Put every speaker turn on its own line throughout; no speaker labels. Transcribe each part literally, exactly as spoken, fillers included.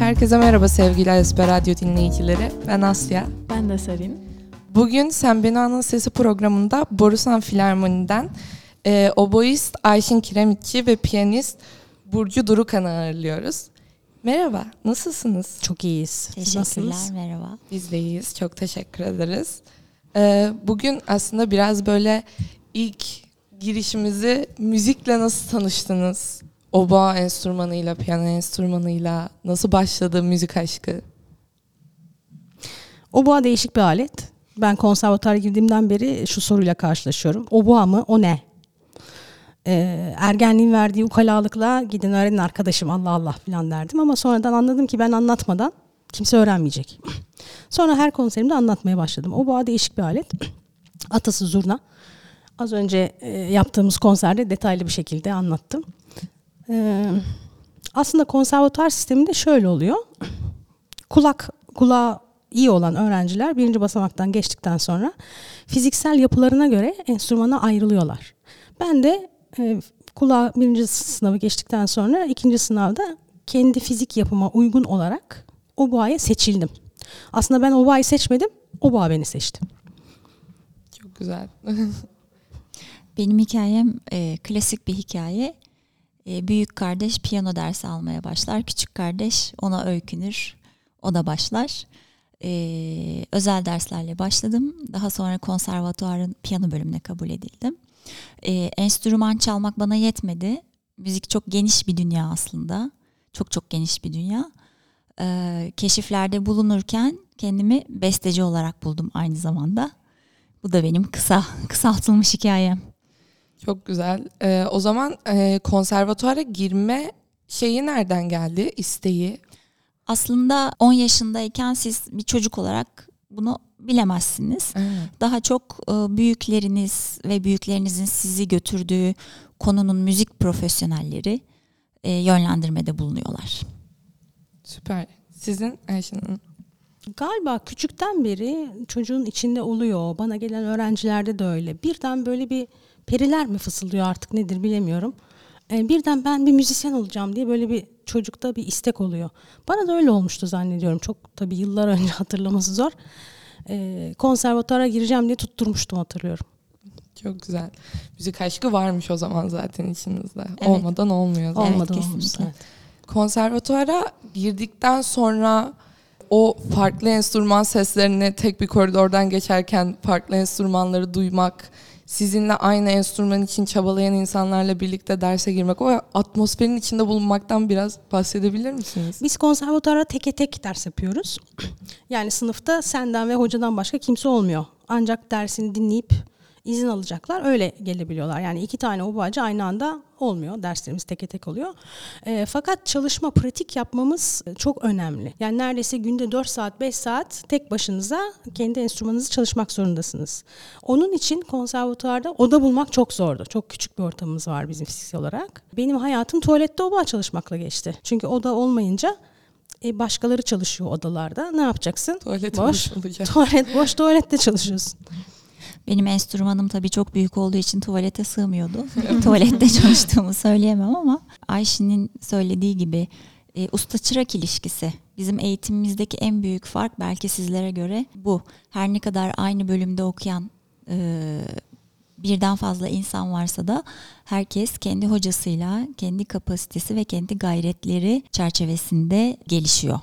Herkese merhaba sevgili Asper Radyo dinleyicileri. Ben Asya.
Ben de Serin.
Bugün Sen Beni Anın Sesi programında Borusan Filarmoni'den e, oboist Ayşin Kiremitçi ve piyanist Burcu Durukan'ı ağırlıyoruz. Merhaba, nasılsınız?
Çok iyiyiz.
Teşekkürler, merhaba.
Biz de iyiyiz, çok teşekkür ederiz. E, bugün aslında biraz böyle ilk girişimizi müzikle nasıl tanıştınız? Oboa enstrümanıyla, piyano enstrümanıyla nasıl başladı müzik aşkı?
Oboa değişik bir alet. Ben konservatuara girdiğimden beri şu soruyla karşılaşıyorum. Oboa mı? O ne? Ee, ergenliğin verdiği ukalalıkla gidin öğrenin arkadaşım Allah Allah falan derdim. Ama sonradan anladım ki ben anlatmadan kimse öğrenmeyecek. Sonra her konserimde anlatmaya başladım. Oboa değişik bir alet. Atası zurna. Az önce e, yaptığımız konserde detaylı bir şekilde anlattım. Ee, aslında konservatuar sisteminde şöyle oluyor. Kulak kulağı iyi olan öğrenciler birinci basamaktan geçtikten sonra fiziksel yapılarına göre enstrümana ayrılıyorlar. Ben de e, kulağı birinci sınavı geçtikten sonra ikinci sınavda kendi fizik yapıma uygun olarak oboaya seçildim. Aslında ben oboayı seçmedim, oboa beni seçti.
Çok güzel.
Benim hikayem e, klasik bir hikaye. E, büyük kardeş piyano dersi almaya başlar. Küçük kardeş ona öykünür. O da başlar. E, özel derslerle başladım. Daha sonra konservatuvarın piyano bölümüne kabul edildim. E, enstrüman çalmak bana yetmedi. Müzik çok geniş bir dünya aslında. Çok çok geniş bir dünya. E, keşiflerde bulunurken kendimi besteci olarak buldum aynı zamanda. Bu da benim kısa kısaltılmış hikayem.
Çok güzel. Ee, o zaman e, konservatuara girme şeyi nereden geldi, isteği?
Aslında on yaşındayken siz bir çocuk olarak bunu bilemezsiniz.
Evet.
Daha çok e, büyükleriniz ve büyüklerinizin sizi götürdüğü konunun müzik profesyonelleri e, yönlendirmede bulunuyorlar.
Süper. Sizin Ayşin Hanım?
Galiba küçükten beri çocuğun içinde oluyor. Bana gelen öğrencilerde de öyle. Birden böyle bir periler mi fısıldıyor artık nedir bilemiyorum. Ee, birden ben bir müzisyen olacağım diye böyle bir çocukta bir istek oluyor. Bana da öyle olmuştu zannediyorum. Çok tabii yıllar önce hatırlaması zor. Ee, konservatuara gireceğim diye tutturmuştum hatırlıyorum.
Çok güzel. Müzik aşkı varmış o zaman zaten içinizde.
Evet.
Olmadan olmuyor zaten.
Olmadan
Evet,
olmuş.
kesinlikle.
Evet.
Konservatuara girdikten sonra o farklı enstrüman seslerini tek bir koridordan geçerken farklı enstrümanları duymak, sizinle aynı enstrüman için çabalayan insanlarla birlikte derse girmek, o atmosferin içinde bulunmaktan biraz bahsedebilir misiniz?
Biz konservatuara teke tek ders yapıyoruz. Yani sınıfta senden ve hocadan başka kimse olmuyor. Ancak dersini dinleyip izin alacaklar. Öyle gelebiliyorlar. Yani iki tane oboacı aynı anda olmuyor. Derslerimiz teke tek oluyor. E, fakat çalışma, pratik yapmamız çok önemli. Yani neredeyse günde dört saat, beş saat tek başınıza kendi enstrümanınızı çalışmak zorundasınız. Onun için konservatuvarda oda bulmak çok zordu. Çok küçük bir ortamımız var bizim fiziksel olarak. Benim hayatım tuvalette oboa çalışmakla geçti. Çünkü oda olmayınca e, başkaları çalışıyor odalarda. Ne yapacaksın?
Tuvalet
boş.
boş olacak.
Tuvalet boş, tuvalette çalışıyorsun.
Benim enstrümanım tabii çok büyük olduğu için tuvalete sığmıyordu. Tuvalette çalıştığımı söyleyemem ama Ayşe'nin söylediği gibi e, usta-çırak ilişkisi. Bizim eğitimimizdeki en büyük fark belki sizlere göre bu. Her ne kadar aynı bölümde okuyan e, birden fazla insan varsa da herkes kendi hocasıyla, kendi kapasitesi ve kendi gayretleri çerçevesinde gelişiyor.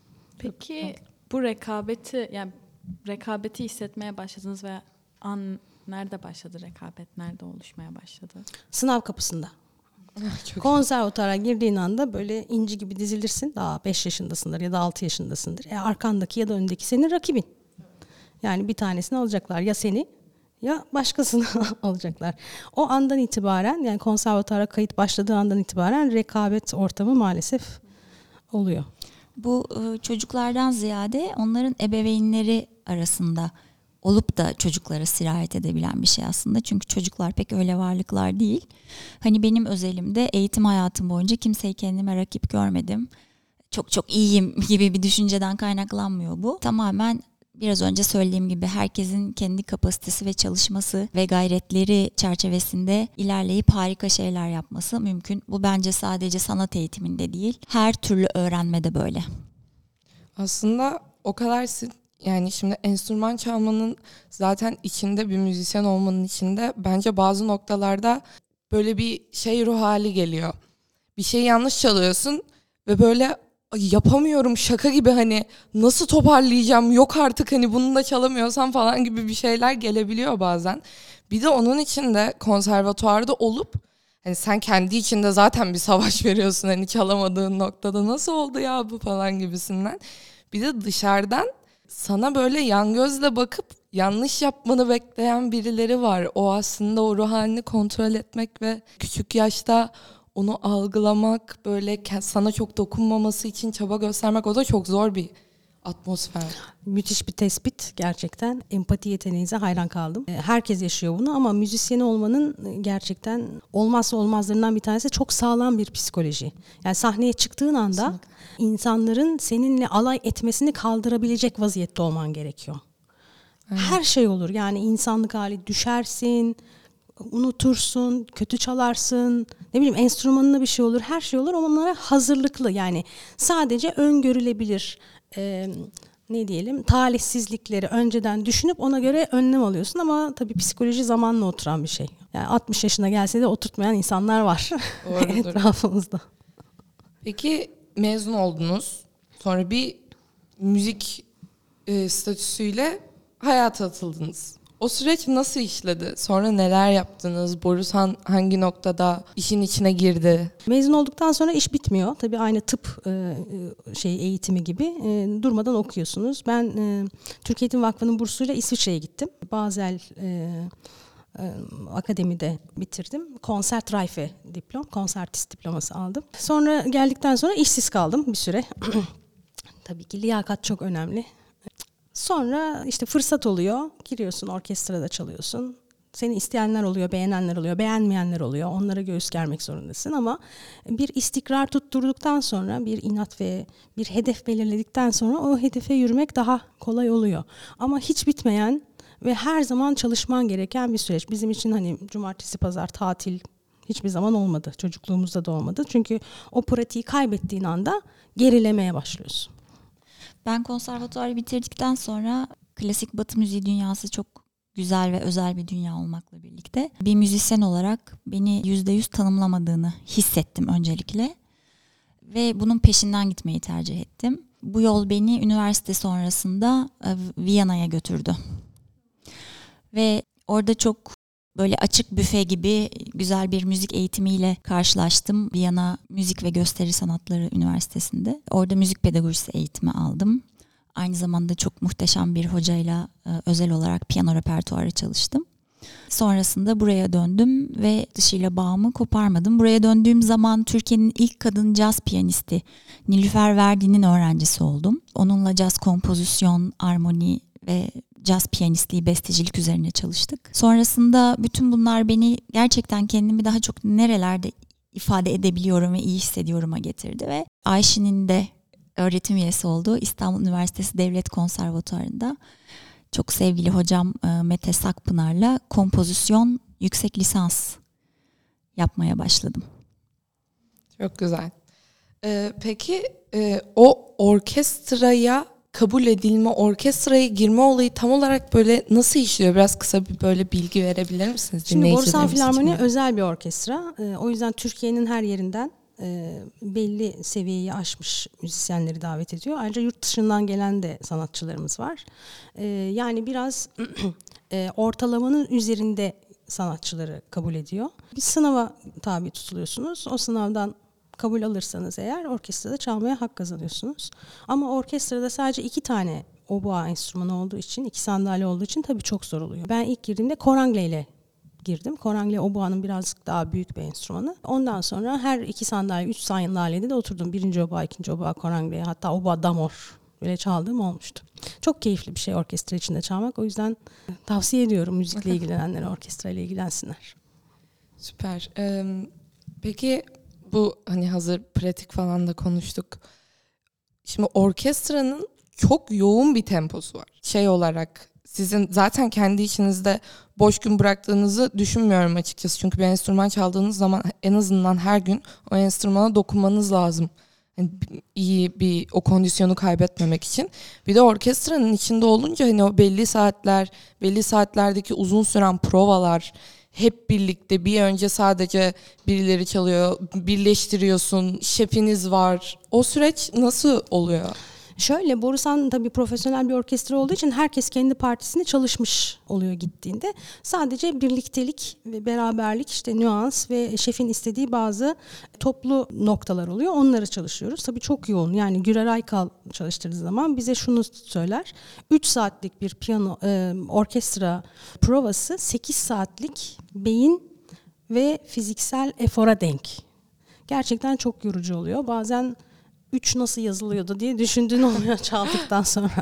Peki bu rekabeti yani rekabeti hissetmeye başladınız ve an nerede başladı rekabet? Nerede oluşmaya başladı?
Sınav kapısında.
Çok
Konservatuara girdiğin anda böyle inci gibi dizilirsin. Daha beş yaşındasındır ya da altı yaşındasındır. E arkandaki ya da öndeki senin rakibin. Yani bir tanesini alacaklar. Ya seni ya başkasını alacaklar. O andan itibaren yani konservatuara kayıt başladığı andan itibaren rekabet ortamı maalesef oluyor.
Bu e, çocuklardan ziyade onların ebeveynleri arasında olup da çocuklara sirayet edebilen bir şey aslında. Çünkü çocuklar pek öyle varlıklar değil. Hani benim özelimde eğitim hayatım boyunca kimseyi kendime rakip görmedim. Çok çok iyiyim gibi bir düşünceden kaynaklanmıyor bu. Tamamen biraz önce söylediğim gibi herkesin kendi kapasitesi ve çalışması ve gayretleri çerçevesinde ilerleyip harika şeyler yapması mümkün. Bu bence sadece sanat eğitiminde değil, her türlü öğrenmede böyle.
Aslında o kadar si- yani şimdi enstrüman çalmanın zaten içinde, bir müzisyen olmanın içinde bence bazı noktalarda böyle bir şey ruh hali geliyor. Bir şeyi yanlış çalıyorsun ve böyle "Ay, yapamıyorum şaka gibi, hani nasıl toparlayacağım, yok artık hani bunu da çalamıyorsam" falan gibi bir şeyler gelebiliyor bazen. Bir de onun içinde konservatuvarda olup hani sen kendi içinde zaten bir savaş veriyorsun hani çalamadığın noktada, nasıl oldu ya bu falan gibisinden. Bir de dışarıdan sana böyle yan gözle bakıp yanlış yapmanı bekleyen birileri var. O aslında o ruh halini kontrol etmek ve küçük yaşta onu algılamak, böyle ke- sana çok dokunmaması için çaba göstermek, o da çok zor bir atmosfer.
Müthiş bir tespit gerçekten. Empati yeteneğinize hayran kaldım. Herkes yaşıyor bunu ama müzisyen olmanın gerçekten olmazsa olmazlarından bir tanesi çok sağlam bir psikoloji. Yani sahneye çıktığın anda kesinlikle insanların seninle alay etmesini kaldırabilecek vaziyette olman gerekiyor. Evet. Her şey olur. Yani insanlık hali, düşersin, unutursun, kötü çalarsın, ne bileyim enstrümanına bir şey olur, her şey olur. Onlara hazırlıklı, yani sadece öngörülebilir e, ne diyelim talihsizlikleri önceden düşünüp ona göre önlem alıyorsun ama tabii psikoloji zamanla oturan bir şey. Yani altmış yaşına gelse de oturtmayan insanlar var etrafımızda.
Peki mezun oldunuz, sonra bir müzik e, statüsüyle hayata atıldınız. O süreç nasıl işledi? Sonra neler yaptınız? Borusan hangi noktada işin içine girdi?
Mezun olduktan sonra iş bitmiyor. Tabii aynı tıp e, şey eğitimi gibi e, durmadan okuyorsunuz. Ben e, Türkiye Eğitim Vakfı'nın bursuyla İsviçre'ye gittim. Basel e, e, Akademi'de bitirdim. Konsertreife diplom, konsertist diploması aldım. Sonra geldikten sonra işsiz kaldım bir süre. Tabii ki liyakat çok önemli. Sonra işte fırsat oluyor, giriyorsun, orkestrada çalıyorsun. Seni isteyenler oluyor, beğenenler oluyor, beğenmeyenler oluyor. Onlara göğüs germek zorundasın ama bir istikrar tutturduktan sonra, bir inat ve bir hedef belirledikten sonra o hedefe yürümek daha kolay oluyor. Ama hiç bitmeyen ve her zaman çalışman gereken bir süreç. Bizim için hani cumartesi, pazar tatil hiçbir zaman olmadı. Çocukluğumuzda da olmadı. Çünkü o pratiği kaybettiğin anda gerilemeye başlıyorsun.
Ben konservatuvarı bitirdikten sonra klasik Batı müziği dünyası çok güzel ve özel bir dünya olmakla birlikte bir müzisyen olarak beni yüzde yüz tanımlamadığını hissettim öncelikle ve bunun peşinden gitmeyi tercih ettim. Bu yol beni üniversite sonrasında Viyana'ya götürdü ve orada çok böyle açık büfe gibi güzel bir müzik eğitimiyle karşılaştım. Viyana Müzik ve Gösteri Sanatları Üniversitesi'nde. Orada müzik pedagojisi eğitimi aldım. Aynı zamanda çok muhteşem bir hocayla e, özel olarak piyano repertuarı çalıştım. Sonrasında buraya döndüm ve dışıyla bağımı koparmadım. Buraya döndüğüm zaman Türkiye'nin ilk kadın caz piyanisti Nilüfer Verdi'nin öğrencisi oldum. Onunla caz kompozisyon, armoni ve caz piyanistliği, bestecilik üzerine çalıştık. Sonrasında bütün bunlar beni gerçekten kendimi daha çok nerelerde ifade edebiliyorum ve iyi hissediyorum'a getirdi ve Ayşe'nin de öğretim üyesi olduğu İstanbul Üniversitesi Devlet Konservatuvarı'nda çok sevgili hocam Mete Sakpınar'la kompozisyon yüksek lisans yapmaya başladım.
Çok güzel. Ee, peki e, o orkestraya kabul edilme, orkestraya girme olayı tam olarak böyle nasıl işliyor? Biraz kısa bir böyle bilgi verebilir misiniz?
Şimdi Borusan Filarmoni özel bir orkestra. Ee, o yüzden Türkiye'nin her yerinden e, belli seviyeyi aşmış müzisyenleri davet ediyor. Ayrıca yurt dışından gelen de sanatçılarımız var. Ee, yani biraz e, ortalamanın üzerinde sanatçıları kabul ediyor. Bir sınava tabi tutuluyorsunuz. O sınavdan kabul alırsanız eğer orkestrada çalmaya hak kazanıyorsunuz. Ama orkestrada sadece iki tane oboa enstrümanı olduğu için, iki sandalye olduğu için tabii çok zor oluyor. Ben ilk girdiğimde korangle ile girdim. Korangle oboanın birazcık daha büyük bir enstrümanı. Ondan sonra her iki sandalye, üç sandalyede de oturdum. Birinci oboa, ikinci oboa, korangle, hatta oboa damor böyle çaldığım olmuştu. Çok keyifli bir şey orkestra içinde çalmak. O yüzden tavsiye ediyorum müzikle ilgilenenlere, orkestra ile ilgilensinler.
Süper. Ee, peki bu hani hazır pratik falan da konuştuk. Şimdi orkestranın çok yoğun bir temposu var. Şey olarak sizin zaten kendi içinizde boş gün bıraktığınızı düşünmüyorum açıkçası. Çünkü bir enstrüman çaldığınız zaman en azından her gün o enstrümana dokunmanız lazım. Hani iyi bir o kondisyonu kaybetmemek için. Bir de orkestranın içinde olunca hani o belli saatler, belli saatlerdeki uzun süren provalar, hep birlikte bir önce sadece birileri çalıyor, birleştiriyorsun, şefiniz var. O süreç nasıl oluyor?
Şöyle, Borusan tabii profesyonel bir orkestra olduğu için herkes kendi partisinde çalışmış oluyor gittiğinde. Sadece birliktelik ve beraberlik, işte nüans ve şefin istediği bazı toplu noktalar oluyor. Onları çalışıyoruz. Tabii çok yoğun. Yani Gürer Aykal çalıştırdığı zaman bize şunu söyler. üç saatlik bir piyano e, orkestra provası sekiz saatlik beyin ve fiziksel efora denk. Gerçekten çok yorucu oluyor. Bazen üç nasıl yazılıyordu diye düşündüğün oluyor çaldıktan sonra.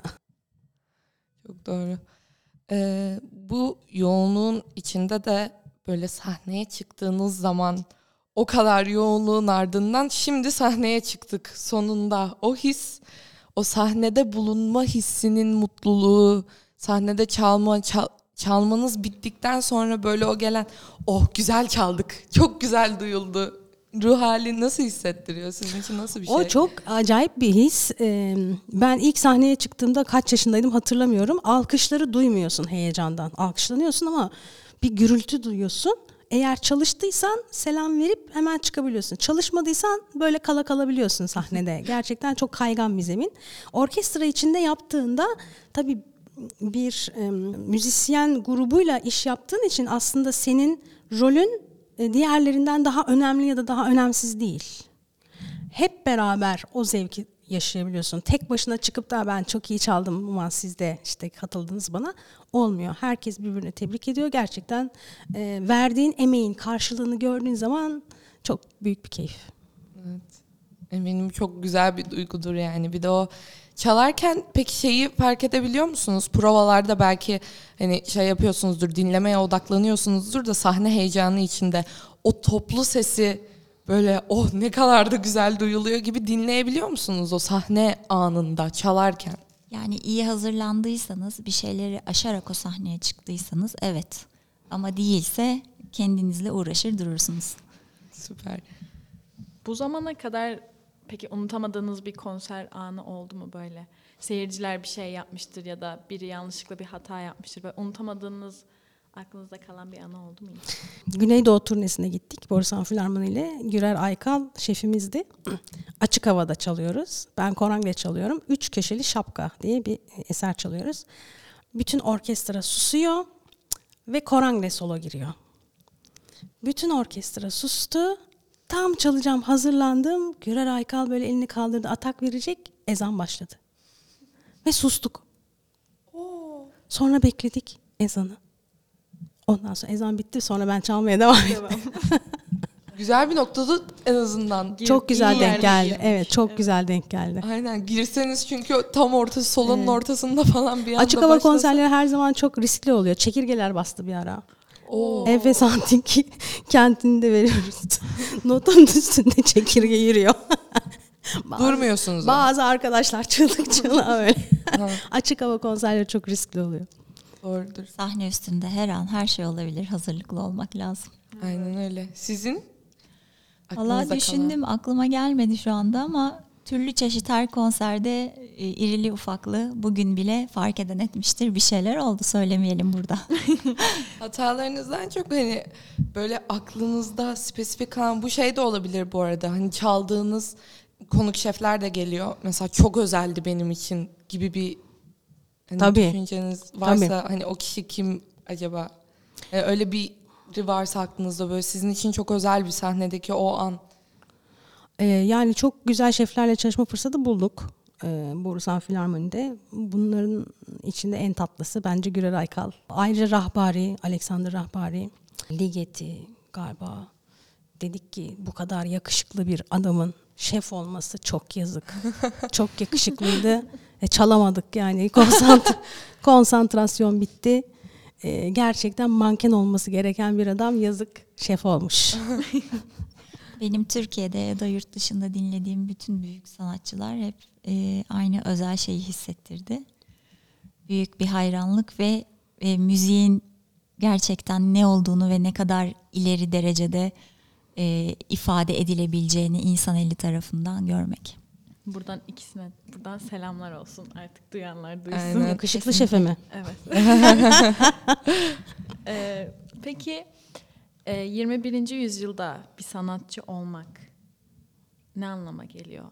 Çok doğru. Ee, bu yoğunluğun içinde de böyle sahneye çıktığınız zaman o kadar yoğunluğun ardından şimdi sahneye çıktık sonunda. O his, o sahnede bulunma hissinin mutluluğu, sahnede çalma çal, çalmanız bittikten sonra böyle o gelen oh güzel çaldık, çok güzel duyuldu. Ruh hali nasıl hissettiriyor? Sizin için nasıl bir şey?
O çok acayip bir his. Ee, ben ilk sahneye çıktığımda kaç yaşındaydım hatırlamıyorum. Alkışları duymuyorsun heyecandan. Alkışlanıyorsun ama bir gürültü duyuyorsun. Eğer çalıştıysan selam verip hemen çıkabiliyorsun. Çalışmadıysan böyle kala kalabiliyorsun sahnede. Gerçekten çok kaygan bir zemin. Orkestra içinde yaptığında tabii bir e, müzisyen grubuyla iş yaptığın için aslında senin rolün diğerlerinden daha önemli ya da daha önemsiz değil. Hep beraber o zevki yaşayabiliyorsun. Tek başına çıkıp da ben çok iyi çaldım ama siz de işte katıldınız bana, olmuyor. Herkes birbirini tebrik ediyor. Gerçekten e, verdiğin emeğin karşılığını gördüğün zaman çok büyük bir keyif.
Evet. Eminim çok güzel bir duygudur yani. Bir de o çalarken peki şeyi fark edebiliyor musunuz? Provalarda belki hani şey yapıyorsunuzdur, dinlemeye odaklanıyorsunuzdur da sahne heyecanı içinde o toplu sesi böyle oh ne kadar da güzel duyuluyor gibi dinleyebiliyor musunuz o sahne anında çalarken?
Yani iyi hazırlandıysanız, bir şeyleri aşarak o sahneye çıktıysanız evet. Ama değilse kendinizle uğraşır durursunuz.
Süper.
Bu zamana kadar peki unutamadığınız bir konser anı oldu mu böyle? Seyirciler bir şey yapmıştır ya da biri yanlışlıkla bir hata yapmıştır. Böyle unutamadığınız, aklınızda kalan bir anı oldu mu hiç?
Güneydoğu turnesine gittik. Borusan Filarmoni ile Gürer Aykal şefimizdi. Açık havada çalıyoruz. Ben korangle çalıyorum. Üç köşeli şapka diye bir eser çalıyoruz. Bütün orkestra susuyor ve korangle solo giriyor. Bütün orkestra sustu. Tam çalacağım, hazırlandım. Gürer Aykal böyle elini kaldırdı, atak verecek. Ezan başladı. Ve sustuk. Sonra bekledik ezanı. Ondan sonra ezan bitti. Sonra ben çalmaya devam ettim.
Güzel bir noktada en azından.
Çok güzel
İyi
denk
yerde
geldi.
girmiş.
Evet, çok
Evet.
güzel denk geldi.
Aynen girseniz çünkü tam ortası salonun
Evet.
ortasında falan bir anda
Açık hava
başlasa-
konserleri her zaman çok riskli oluyor. Çekirgeler bastı bir ara.
Oo.
Efes Antik kentinde veriyoruz. Notanın üstünde çekirge yürüyor. Bazı-
Durmuyorsunuz ama.
Bazı arkadaşlar çığlık çığlığa öyle.
Ha,
Açık hava konserleri çok riskli oluyor.
doğrudur.
Sahne üstünde her an her şey olabilir. Hazırlıklı olmak lazım.
Aynen öyle. Sizin?
Valla
Aklınızda
düşündüm, aklıma gelmedi şu anda ama türlü çeşit her konserde e, irili ufaklı bugün bile fark eden etmiştir. Bir şeyler oldu, söylemeyelim burada.
kalan hatalarınızdan çok hani böyle aklınızda spesifik kalan bu şey de olabilir bu arada. Hani çaldığınız konuk şefler de geliyor. Mesela çok özeldi benim için gibi bir hani
Tabii.
düşünceniz varsa
Tabii.
hani o kişi kim acaba? Yani öyle bir varsa aklınızda böyle sizin için çok özel bir sahnedeki o an.
Ee, yani çok güzel şeflerle çalışma fırsatı bulduk. Ee, Borusan Filarmoni'de. Bunların içinde en tatlısı bence Gürer Aykal. Ayrıca Rahbari, Alexander Rahbari, Ligeti galiba. Dedik ki bu kadar yakışıklı bir adamın şef olması çok yazık. Çok yakışıklıydı. E, çalamadık yani. Konsant- konsantrasyon bitti. E, gerçekten manken olması gereken bir adam yazık şef olmuş.
Benim Türkiye'de ya da yurt dışında dinlediğim bütün büyük sanatçılar hep e, aynı özel şeyi hissettirdi. Büyük bir hayranlık ve e, müziğin gerçekten ne olduğunu ve ne kadar ileri derecede e, ifade edilebileceğini insan eli tarafından görmek.
Buradan ikisine buradan selamlar olsun. Artık duyanlar duysun.
Aynen.
Yakışıklı şefe mi?
Evet. Ee, peki e, yirmi birinci yüzyılda bir sanatçı olmak ne anlama geliyor?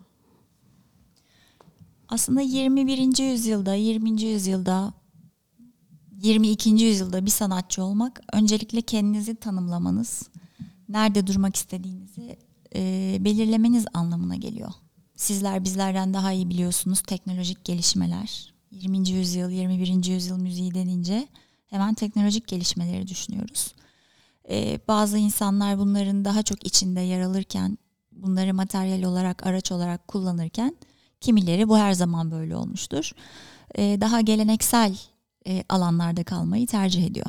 Aslında yirmi birinci yüzyılda, yirminci yüzyılda, yirmi ikinci yüzyılda bir sanatçı olmak öncelikle kendinizi tanımlamanız, nerede durmak istediğinizi e, belirlemeniz anlamına geliyor. Sizler bizlerden daha iyi biliyorsunuz teknolojik gelişmeler. yirminci yüzyıl, yirmi birinci yüzyıl müziği denince hemen teknolojik gelişmeleri düşünüyoruz. Ee, bazı insanlar bunların daha çok içinde yer alırken, bunları materyal olarak, araç olarak kullanırken, kimileri bu her zaman böyle olmuştur. Ee, daha geleneksel e, alanlarda kalmayı tercih ediyor.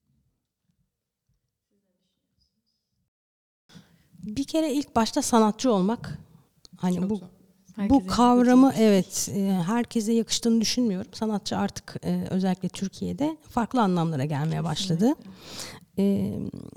Bir kere ilk başta sanatçı olmak, hani
Çok
bu
zor.
bu
Herkesin
kavramı
yapabileceği
evet e, herkese yakıştığını düşünmüyorum. Sanatçı artık e, özellikle Türkiye'de farklı anlamlara gelmeye başladı. E,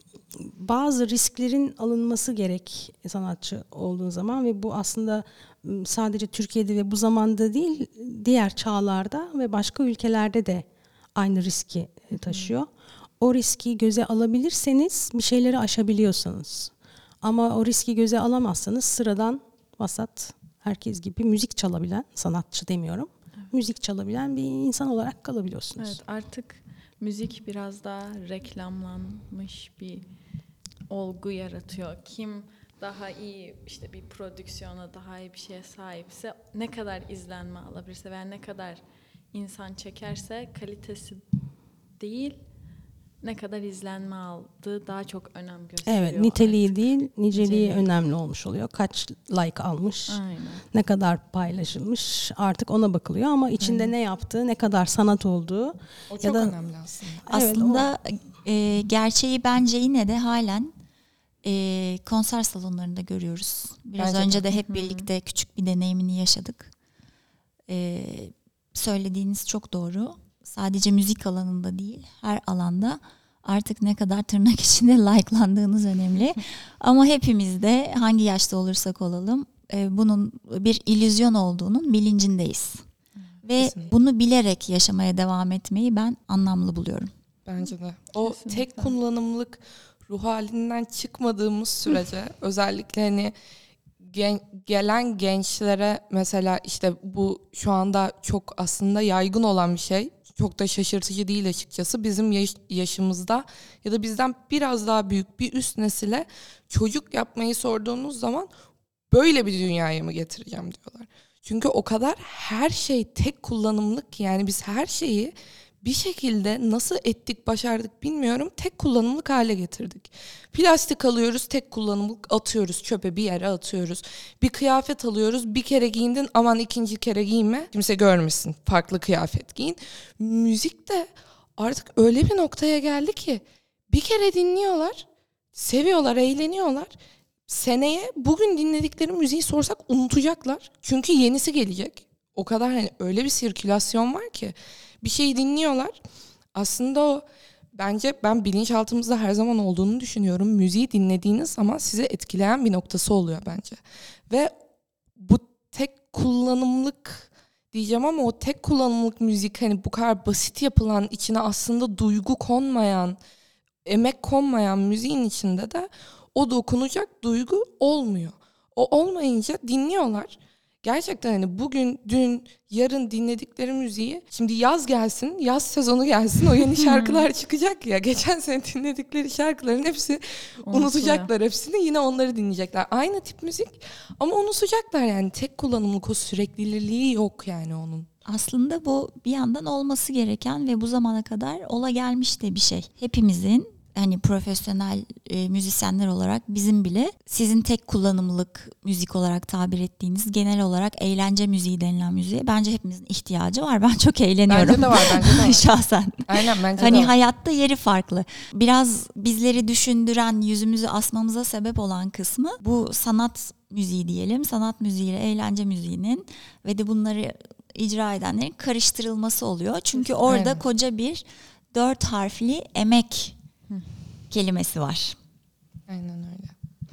bazı risklerin alınması gerek sanatçı olduğun zaman ve bu aslında m, sadece Türkiye'de ve bu zamanda değil, diğer çağlarda ve başka ülkelerde de aynı riski e, taşıyor. O riski göze alabilirseniz bir şeyleri aşabiliyorsunuz. Ama o riski göze alamazsanız sıradan vasat, herkes gibi müzik çalabilen, sanatçı demiyorum, evet, müzik çalabilen bir insan olarak kalabiliyorsunuz.
Evet, artık müzik biraz daha reklamlanmış bir olgu yaratıyor. Kim daha iyi işte bir prodüksiyona, daha iyi bir şeye sahipse, ne kadar izlenme alabilirse veya ne kadar insan çekerse kalitesi değil, ne kadar izlenme aldığı daha çok önem gösteriyor.
Evet, niteliği
artık.
değil, niceliği
Niceliği.
önemli olmuş oluyor. Kaç like almış,
Aynen.
ne kadar paylaşılmış, artık ona bakılıyor ama içinde
Aynen.
ne yaptığı, ne kadar sanat olduğu.
O
Ya
çok
da-
önemli aslında.
Evet,
Aslında e, gerçeği bence yine de halen e, konser salonlarında görüyoruz. Biraz
Bence de.
önce de hep
Hı hı.
birlikte küçük bir deneyimini yaşadık. E, söylediğiniz çok doğru. Sadece müzik alanında değil, her alanda artık ne kadar tırnak içinde like'landığınız önemli. Ama hepimiz de hangi yaşta olursak olalım e, bunun bir illüzyon olduğunun bilincindeyiz. Ve
Kesinlikle.
bunu bilerek yaşamaya devam etmeyi ben anlamlı buluyorum.
Bence de. O
Kesinlikle.
tek kullanımlık ruh halinden çıkmadığımız sürece özellikle hani gen- gelen gençlere mesela işte bu şu anda çok aslında yaygın olan bir şey. Çok da şaşırtıcı değil açıkçası. Bizim yaş- yaşımızda ya da bizden biraz daha büyük bir üst nesile çocuk yapmayı sorduğunuz zaman böyle bir dünyaya mı getireceğim diyorlar. Çünkü o kadar her şey tek kullanımlık ki, yani biz her şeyi bir şekilde nasıl ettik, başardık bilmiyorum, tek kullanımlık hale getirdik. Plastik alıyoruz, tek kullanımlık atıyoruz, çöpe bir yere atıyoruz. Bir kıyafet alıyoruz, bir kere giyindin, aman ikinci kere giyme, kimse görmesin, farklı kıyafet giyin. Müzik de artık öyle bir noktaya geldi ki bir kere dinliyorlar, seviyorlar, eğleniyorlar. Seneye bugün dinledikleri müziği sorsak unutacaklar. Çünkü yenisi gelecek. O kadar hani öyle bir sirkülasyon var ki bir şeyi dinliyorlar. Aslında o, bence ben bilinçaltımızda her zaman olduğunu düşünüyorum. Müziği dinlediğiniz zaman sizi etkileyen bir noktası oluyor bence. Ve bu tek kullanımlık diyeceğim ama o tek kullanımlık müzik, hani bu kadar basit yapılan, içine aslında duygu konmayan, emek konmayan müziğin içinde de o dokunacak duygu olmuyor. O olmayınca dinliyorlar. Gerçekten hani bugün, dün, yarın dinledikleri müziği, şimdi yaz gelsin, yaz sezonu gelsin, o yeni şarkılar çıkacak ya. Geçen sene dinledikleri şarkıların hepsi unutacaklar hepsini, yine onları dinleyecekler. Aynı tip müzik ama unutacaklar, yani tek kullanımlık o sürekliliği yok yani onun.
Aslında bu bir yandan olması gereken ve bu zamana kadar ola gelmiş de bir şey. Hepimizin, hani profesyonel e, müzisyenler olarak bizim bile sizin tek kullanımlık müzik olarak tabir ettiğiniz genel olarak eğlence müziği denilen müziğe bence hepimizin ihtiyacı var. Ben çok eğleniyorum.
Bence de var, bence de var.
Şahsen.
Aynen, bence
Hani
de var.
hayatta yeri farklı. Biraz bizleri düşündüren, yüzümüzü asmamıza sebep olan kısmı bu sanat müziği diyelim. Sanat müziğiyle eğlence müziğinin ve de bunları icra edenlerin karıştırılması oluyor. Çünkü orada
Aynen.
koca bir dört harfli emek kelimesi var.
Aynen öyle.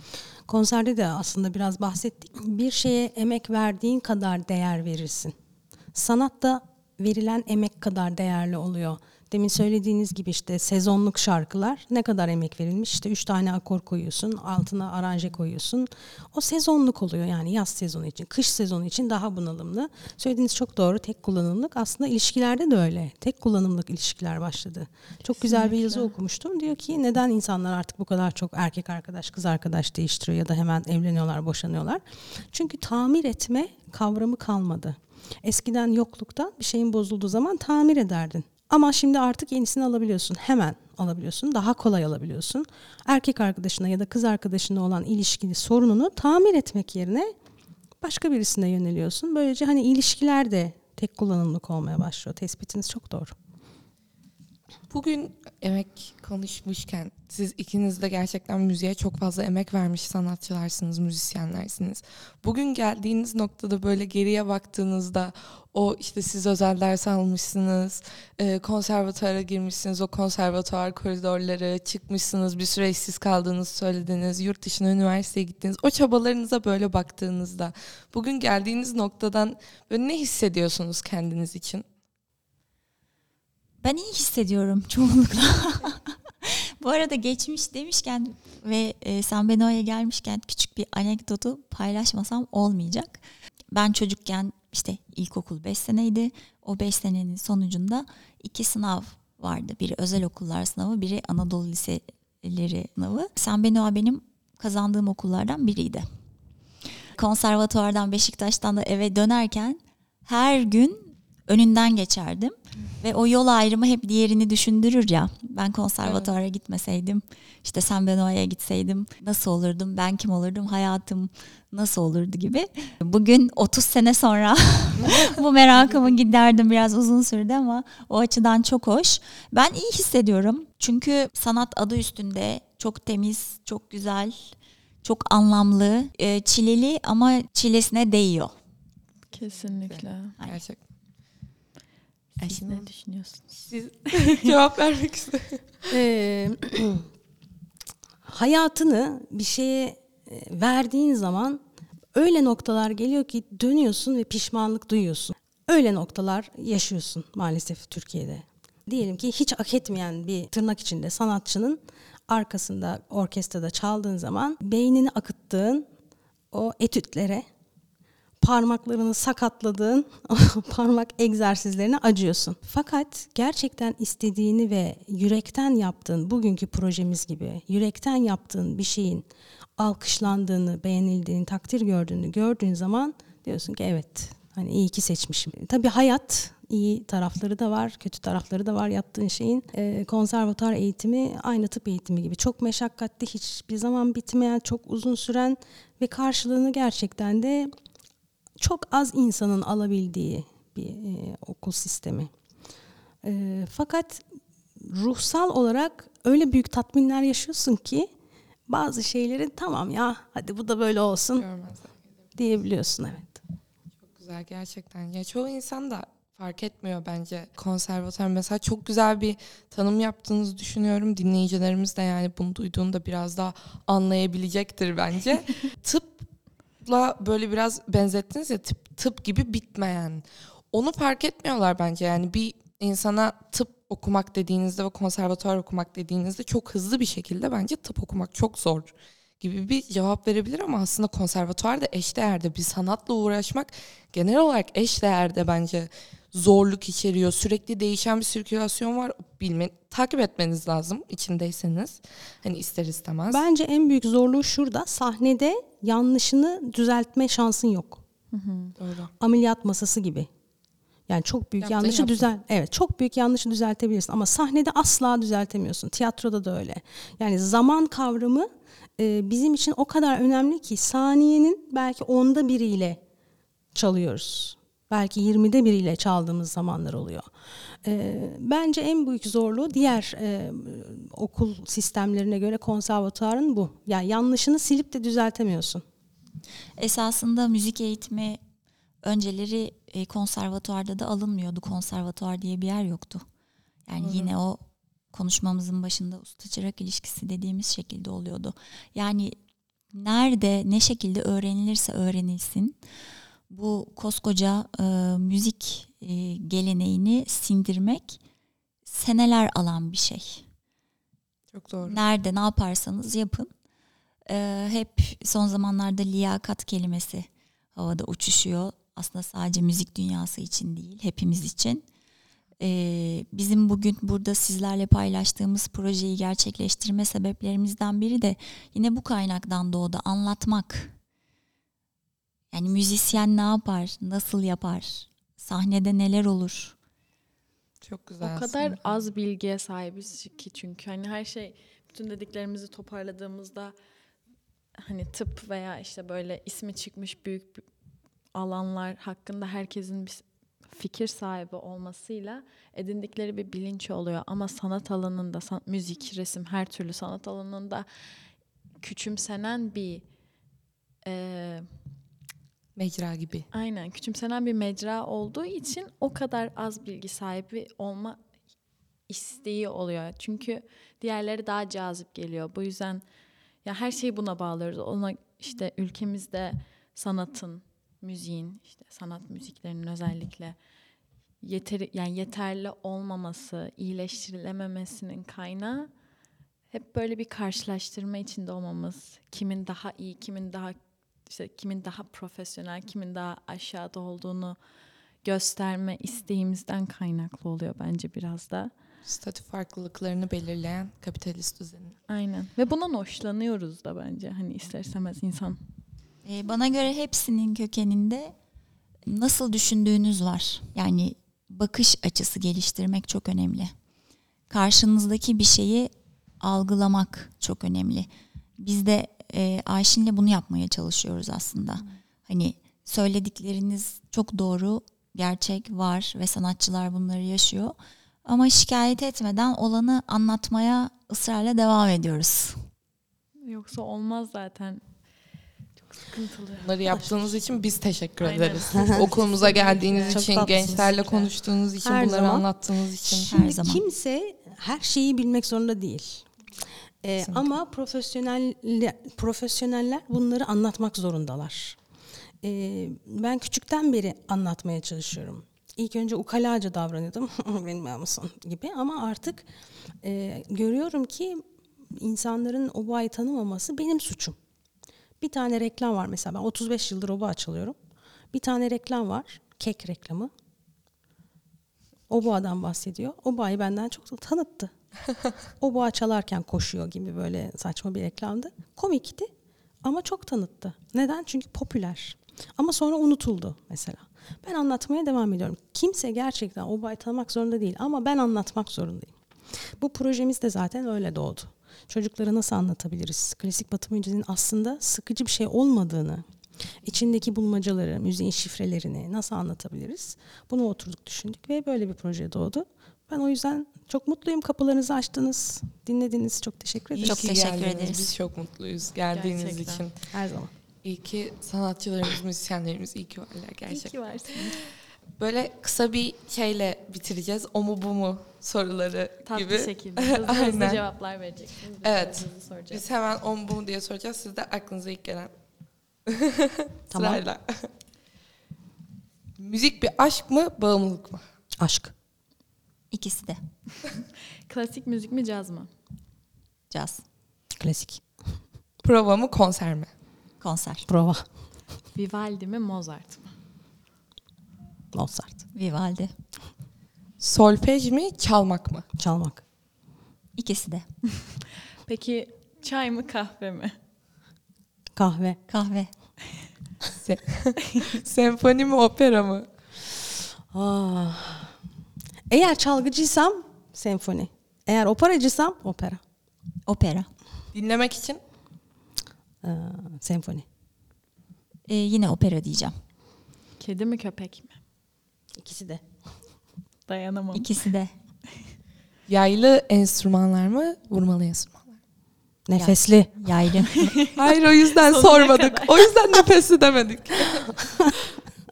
Konserde de aslında biraz bahsettik. Bir şeye emek verdiğin kadar değer verirsin. Sanat da verilen emek kadar değerli oluyor. Demin söylediğiniz gibi işte sezonluk şarkılar ne kadar emek verilmiş, işte üç tane akor koyuyorsun, altına aranje koyuyorsun. O sezonluk oluyor, yani yaz sezonu için, kış sezonu için daha bunalımlı. Söylediğiniz çok doğru, tek kullanımlık. Aslında ilişkilerde de öyle. Tek kullanımlık ilişkiler başladı. Çok güzel bir yazı okumuştum. Diyor ki neden insanlar artık bu kadar çok erkek arkadaş, kız arkadaş değiştiriyor ya da hemen evleniyorlar, boşanıyorlar? Çünkü tamir etme kavramı kalmadı. Eskiden yoklukta bir şeyin bozulduğu zaman tamir ederdin. Ama şimdi artık yenisini alabiliyorsun. Hemen alabiliyorsun. Daha kolay alabiliyorsun. Erkek arkadaşına ya da kız arkadaşına olan ilişkili sorununu tamir etmek yerine başka birisine yöneliyorsun. Böylece hani ilişkiler de tek kullanımlık olmaya başlıyor. Tespitiniz çok doğru.
Bugün emek konuşmuşken siz ikiniz de gerçekten müziğe çok fazla emek vermiş sanatçılarsınız, müzisyenlersiniz. Bugün geldiğiniz noktada böyle geriye baktığınızda o işte siz özel ders almışsınız, e, konservatuara girmişsiniz, o konservatuar koridorları çıkmışsınız, bir süre işsiz kaldığınızı söylediniz, yurt dışına üniversiteye gittiniz. O çabalarınıza böyle baktığınızda bugün geldiğiniz noktadan böyle ne hissediyorsunuz kendiniz için?
Ben iyi hissediyorum çoğunlukla. Bu arada geçmiş demişken ve e, San Beno'ya gelmişken küçük bir anekdotu paylaşmasam olmayacak. Ben çocukken işte ilkokul beş seneydi. O beş senenin sonucunda iki sınav vardı. Biri özel okullar sınavı, biri Anadolu liseleri sınavı. San Beno benim kazandığım okullardan biriydi. Konservatuvardan, Beşiktaş'tan da eve dönerken her gün önünden geçerdim. Ve o yol ayrımı hep diğerini düşündürür ya. Ben konservatuara evet. gitmeseydim, işte San Beno'ya gitseydim nasıl olurdum, ben kim olurdum, hayatım nasıl olurdu gibi. Bugün otuz sene sonra bu merakımı giderdim, biraz uzun sürdü ama o açıdan çok hoş. Ben iyi hissediyorum çünkü sanat adı üstünde çok temiz, çok güzel, çok anlamlı, çileli ama çilesine değiyor.
Kesinlikle.
Gerçekten.
Siz ne düşünüyorsunuz?
Siz cevap vermek istiyorum.
Ee, hayatını bir şeye verdiğin zaman öyle noktalar geliyor ki dönüyorsun ve pişmanlık duyuyorsun. Öyle noktalar yaşıyorsun maalesef Türkiye'de. Diyelim ki hiç hak etmeyen bir tırnak içinde sanatçının arkasında orkestrada çaldığın zaman beynini akıttığın o etütlere, parmaklarını sakatladığın parmak egzersizlerine acıyorsun. Fakat gerçekten istediğini ve yürekten yaptığın, bugünkü projemiz gibi yürekten yaptığın bir şeyin alkışlandığını, beğenildiğini, takdir gördüğünü gördüğün zaman diyorsun ki evet, hani iyi ki seçmişim. Tabii hayat iyi tarafları da var, kötü tarafları da var yaptığın şeyin. Ee, konservatuar eğitimi aynı tıp eğitimi gibi çok meşakkatli, hiçbir zaman bitmeyen, çok uzun süren ve karşılığını gerçekten de çok az insanın alabildiği bir e, okul sistemi. E, fakat ruhsal olarak öyle büyük tatminler yaşıyorsun ki bazı şeylerin tamam ya hadi bu da böyle olsun diyebiliyorsun, evet.
Çok güzel gerçekten. Ya çoğu insan da fark etmiyor bence konservatuar. Mesela çok güzel bir tanım yaptığınızı düşünüyorum. Dinleyicilerimiz de yani bunu duyduğunda biraz daha anlayabilecektir bence. Tıp böyle biraz benzettiniz ya, tıp, tıp gibi bitmeyen. Onu fark etmiyorlar bence. Yani bir insana tıp okumak dediğinizde ve konservatuvar okumak dediğinizde çok hızlı bir şekilde bence tıp okumak çok zor gibi bir cevap verebilir ama aslında konservatuvar da eşdeğerde. Bir sanatla uğraşmak genel olarak eşdeğerde bence zorluk içeriyor. Sürekli değişen bir sirkülasyon var. Bilme, takip etmeniz lazım içindeyseniz. Hani ister istemez.
Bence en büyük zorluğu şurada. Sahnede yanlışını düzeltme şansın yok.
Hı hı, doğru.
Ameliyat masası gibi. Yani çok büyük
Yaptın,
yanlışı düzel evet çok büyük yanlışı düzeltebilirsin ama sahnede asla düzeltemiyorsun. Tiyatroda da öyle. Yani zaman kavramı e, bizim için o kadar önemli ki saniyenin belki onda biriyle çalıyoruz. Belki yirmide biriyle çaldığımız zamanlar oluyor. E, bence en büyük zorluğu diğer e, okul sistemlerine göre konservatuarın bu. Yani yanlışını silip de düzeltemiyorsun.
Esasında müzik eğitimi önceleri e, konservatuarda da alınmıyordu. Konservatuar diye bir yer yoktu. Yani Hı-hı. yine o konuşmamızın başında usta çırak ilişkisi dediğimiz şekilde oluyordu. Yani nerede, ne şekilde öğrenilirse öğrenilsin, bu koskoca e, müzik e, geleneğini sindirmek seneler alan bir şey.
Çok doğru.
Nerede ne yaparsanız yapın. E, hep son zamanlarda liyakat kelimesi havada uçuşuyor. Aslında sadece müzik dünyası için değil, hepimiz için. Ee, bizim bugün burada sizlerle paylaştığımız projeyi gerçekleştirme sebeplerimizden biri de yine bu kaynaktan doğdu. Anlatmak. Yani müzisyen ne yapar, nasıl yapar, sahnede neler olur?
Çok güzel.
O kadar az bilgiye sahibiz ki çünkü hani her şey, bütün dediklerimizi toparladığımızda hani tıp veya işte böyle ismi çıkmış büyük alanlar hakkında herkesin bir fikir sahibi olmasıyla edindikleri bir bilinç oluyor. Ama sanat alanında, san- müzik, resim, her türlü sanat alanında küçümsenen bir e,
Mecra gibi.
aynen küçümsenen bir mecra olduğu için o kadar az bilgi sahibi olma isteği oluyor. Çünkü diğerleri daha cazip geliyor. Bu yüzden ya her şeyi buna bağlıyoruz. Ona işte ülkemizde sanatın, müziğin, işte sanat müziklerinin özellikle yeteri yani yeterli olmaması, iyileştirilememesinin kaynağı hep böyle bir karşılaştırma içinde olmamız. Kimin daha iyi, kimin daha işte kimin daha profesyonel, kimin daha aşağıda olduğunu gösterme isteğimizden kaynaklı oluyor bence biraz da.
Statü farklılıklarını belirleyen kapitalist düzenin.
Aynen. Ve bundan hoşlanıyoruz da bence. Hani ister istemez insan.
Ee, bana göre hepsinin kökeninde nasıl düşündüğünüz var. Yani bakış açısı geliştirmek çok önemli. Karşınızdaki bir şeyi algılamak çok önemli. Biz de e, Ayşin'le bunu yapmaya çalışıyoruz aslında. Hmm. Hani söyledikleriniz çok doğru, gerçek var ve sanatçılar bunları yaşıyor. Ama şikayet etmeden olanı anlatmaya ısrarla devam ediyoruz.
Yoksa olmaz zaten. Çok sıkıntılı.
Bunları yaptığınız için biz teşekkür
Aynen.
ederiz. Okulumuza geldiğiniz
Çok
için,
tatlısınız.
gençlerle konuştuğunuz için,
Her
bunları
zaman.
anlattığınız için.
Her
Şimdi
zaman.
kimse her şeyi bilmek zorunda değil. Ee, ama profesyonel profesyoneller bunları anlatmak zorundalar. Ee, ben küçükten beri anlatmaya çalışıyorum. İlk önce ukalaca davranıyordum, bilmiyor musun gibi, ama artık e, görüyorum ki insanların oboayı tanımaması benim suçum. Bir tane reklam var mesela, ben otuz beş yıldır oboa çalıyorum. Bir tane reklam var, kek reklamı. Oboa'dan bahsediyor. Oboa'yı benden çok tanıttı. Oboa çalarken koşuyor gibi böyle saçma bir reklamdı. Komikti ama çok tanıttı. Neden? Çünkü popüler. Ama sonra unutuldu mesela. Ben anlatmaya devam ediyorum. Kimse gerçekten Oboa'yı tanımak zorunda değil ama ben anlatmak zorundayım. Bu projemiz de zaten öyle doğdu. Çocuklara nasıl anlatabiliriz? Klasik Batı müziğinin aslında sıkıcı bir şey olmadığını, içindeki bulmacaları, müziğin şifrelerini nasıl anlatabiliriz? Bunu oturduk, düşündük ve böyle bir proje doğdu. Ben o yüzden çok mutluyum. Kapılarınızı açtınız, dinlediniz. Çok teşekkür ederim.
Çok
İyi ki
teşekkür
geldiniz.
ederiz.
Biz çok mutluyuz geldiğiniz
Gerçekten.
için.
Her zaman.
İyi ki sanatçılarımız, müzisyenlerimiz iyi ki varlar gerçekten.
İyi ki varsın.
Böyle kısa bir şeyle bitireceğiz. O mu bu mu soruları
Tatlı
gibi.
şekilde hızlı hızlı
Aynen.
cevaplar vereceksiniz. Biz
Evet.
de hızlı soracağız.
Biz hemen o mu bu mu diye soracağız. Siz de aklınıza ilk gelen
Tamam.
sırayla. Müzik bir aşk mı, bağımlılık mı?
Aşk.
İkisi de.
Klasik müzik mi, caz mı?
Caz,
Klasik.
Prova mı, konser mi?
konser,
Prova.
Vivaldi mi, Mozart mı?
Mozart.
Vivaldi.
Solfej mi, çalmak mı?
Çalmak.
İkisi de.
Peki çay mı, kahve mi?
Kahve.
Kahve.
Se- Senfoni mi, opera mı?
Ah. Eğer çalgıcıysam senfoni. Eğer operacıysam opera.
Opera.
Dinlemek için?
Ee, senfoni.
Ee, yine opera diyeceğim.
Kedi mi, köpek mi?
İkisi de.
Dayanamam.
İkisi de.
Yaylı enstrümanlar mı, vurmalı enstrümanlar mı?
Nefesli.
Yaylı.
Hayır, o yüzden
Sonuna
sormadık. O yüzden nefesi demedik.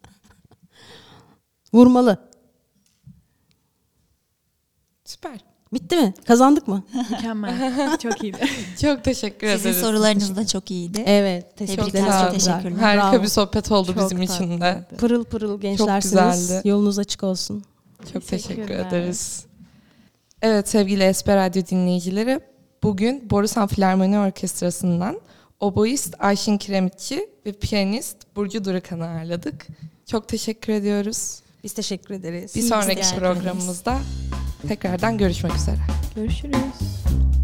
Vurmalı.
Süper.
Bitti mi? Kazandık mı?
Mükemmel. Çok iyiydi.
Çok teşekkür
Sizin
ederiz.
sorularınız da çok iyiydi.
Evet.
Tebrikler,
Teşekkür
Çok
ederiz.
sağ
çok
olun.
teşekkürler.
Harika
Bravo.
bir sohbet oldu
Çok
bizim için de.
tatlıydı.
Pırıl pırıl gençlersiniz.
güzeldi.
Yolunuz açık olsun.
Çok teşekkür
Teşekkürler.
ederiz. Evet sevgili Esper Radyo dinleyicileri, bugün Borusan Filarmoni Orkestrası'ndan oboist Ayşin Kiremitçi ve piyanist Burcu Durukan'ı ağırladık. Çok teşekkür ediyoruz.
Biz teşekkür ederiz.
Bir
Biz
sonraki
teşekkür ederiz.
programımızda tekrardan görüşmek üzere.
Görüşürüz.